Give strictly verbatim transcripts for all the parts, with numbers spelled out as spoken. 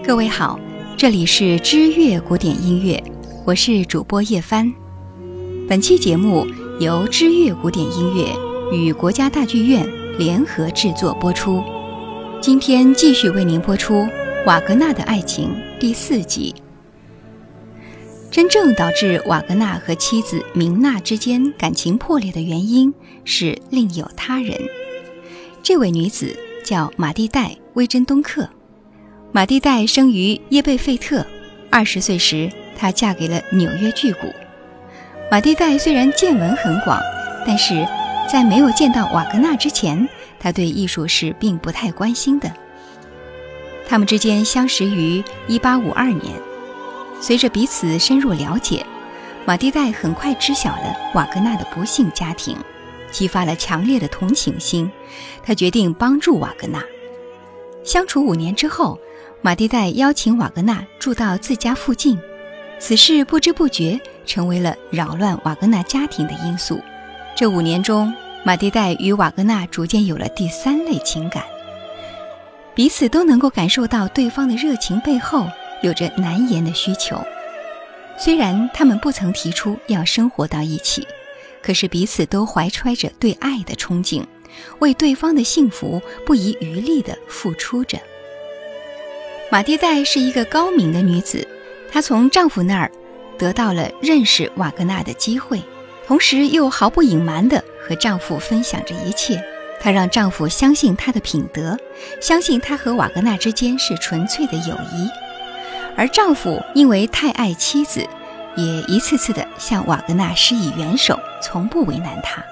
各位好，这里是知乐古典音乐，我是主播叶帆。本期节目由知乐古典音乐与国家大剧院联合制作播出。今天继续为您播出瓦格纳的爱情第四集。真正导致瓦格纳和妻子明娜之间感情破裂的原因是另有他人。这位女子叫玛蒂黛·威珍东克。玛蒂黛生于耶贝费特，二十岁时她嫁给了纽约巨贾。玛蒂黛虽然见闻很广，但是在没有见到瓦格纳之前，她对艺术是并不太关心的。他们之间相识于一八五二年，随着彼此深入了解，玛蒂黛很快知晓了瓦格纳的不幸家庭，激发了强烈的同情心，她决定帮助瓦格纳。相处五年之后，玛蒂黛邀请瓦格纳住到自家附近，此事不知不觉成为了扰乱瓦格纳家庭的因素。这五年中，玛蒂黛与瓦格纳逐渐有了第三类情感，彼此都能够感受到对方的热情背后有着难言的需求。虽然他们不曾提出要生活到一起，可是彼此都怀揣着对爱的憧憬，为对方的幸福不遗余力地付出着。玛蒂黛是一个高明的女子，她从丈夫那儿得到了认识瓦格纳的机会，同时又毫不隐瞒地和丈夫分享着一切。她让丈夫相信她的品德，相信她和瓦格纳之间是纯粹的友谊。而丈夫因为太爱妻子，也一次次地向瓦格纳施以援手，从不为难他。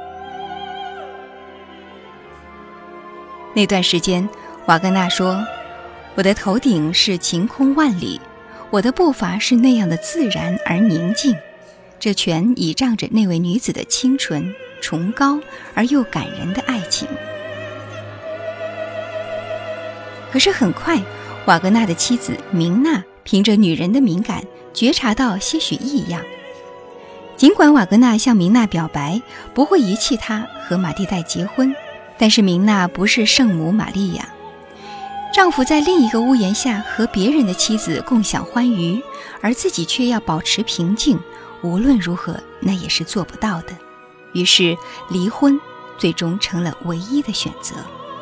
那段时间，瓦格纳说，我的头顶是晴空万里，我的步伐是那样的自然而宁静，这全倚仗着那位女子的清纯、崇高而又感人的爱情。可是很快，瓦格纳的妻子明娜凭着女人的敏感觉察到些许异样。尽管瓦格纳向明娜表白不会遗弃她和玛蒂黛结婚，但是明娜不是圣母玛利亚，丈夫在另一个屋檐下和别人的妻子共享欢愉，而自己却要保持平静，无论如何那也是做不到的。于是离婚最终成了唯一的选择。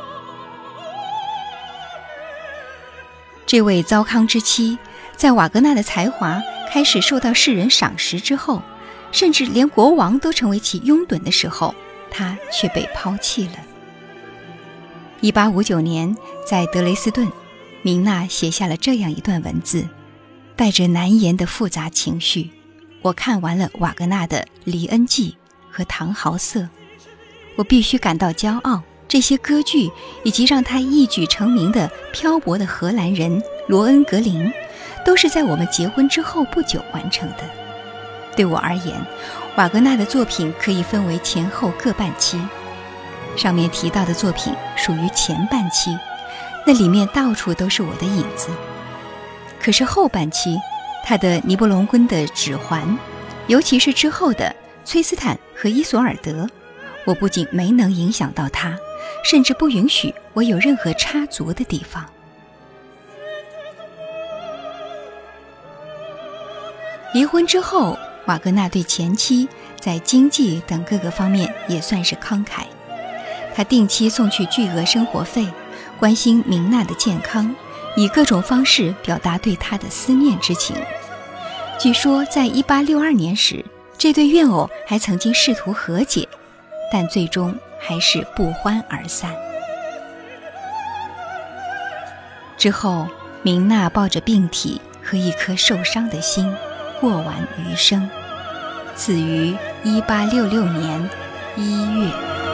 这位糟糠之妻在瓦格纳的才华开始受到世人赏识之后，甚至连国王都成为其拥趸的时候，她却被抛弃了。一八五九年，在德雷斯顿，明娜写下了这样一段文字，带着难言的复杂情绪。我看完了瓦格纳的《黎恩记》和《唐豪瑟》，我必须感到骄傲，这些歌剧以及让他一举成名的漂泊的荷兰人罗恩格林，都是在我们结婚之后不久完成的。对我而言，瓦格纳的作品可以分为前后各半期。上面提到的作品属于前半期，那里面到处都是我的影子。可是后半期，他的尼伯龙根的指环，尤其是之后的崔斯坦和伊索尔德，我不仅没能影响到他，甚至不允许我有任何插足的地方。离婚之后，瓦格纳对前妻在经济等各个方面也算是慷慨。他定期送去巨额生活费，关心明娜的健康，以各种方式表达对她的思念之情。据说在一八六二年时，这对怨偶还曾经试图和解，但最终还是不欢而散。之后，明娜抱着病体和一颗受伤的心过完余生，死于一八六六年一月。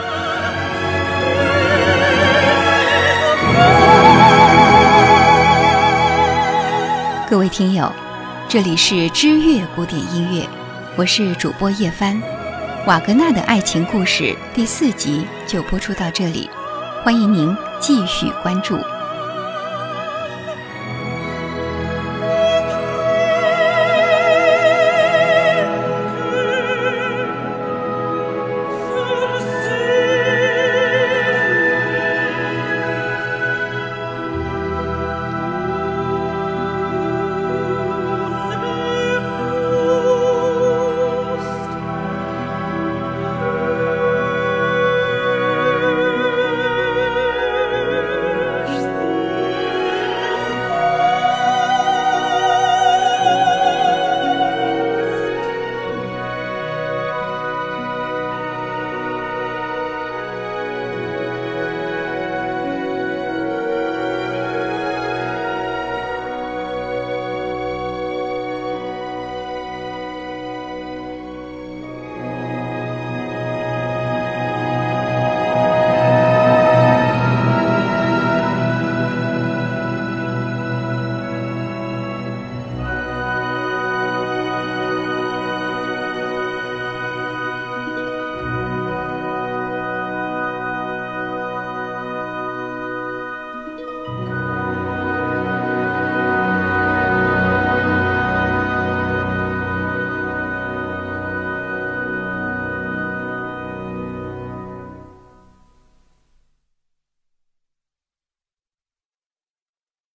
各位听友，这里是知乐古典音乐，我是主播叶帆。瓦格纳的爱情故事第四集就播出到这里，欢迎您继续关注。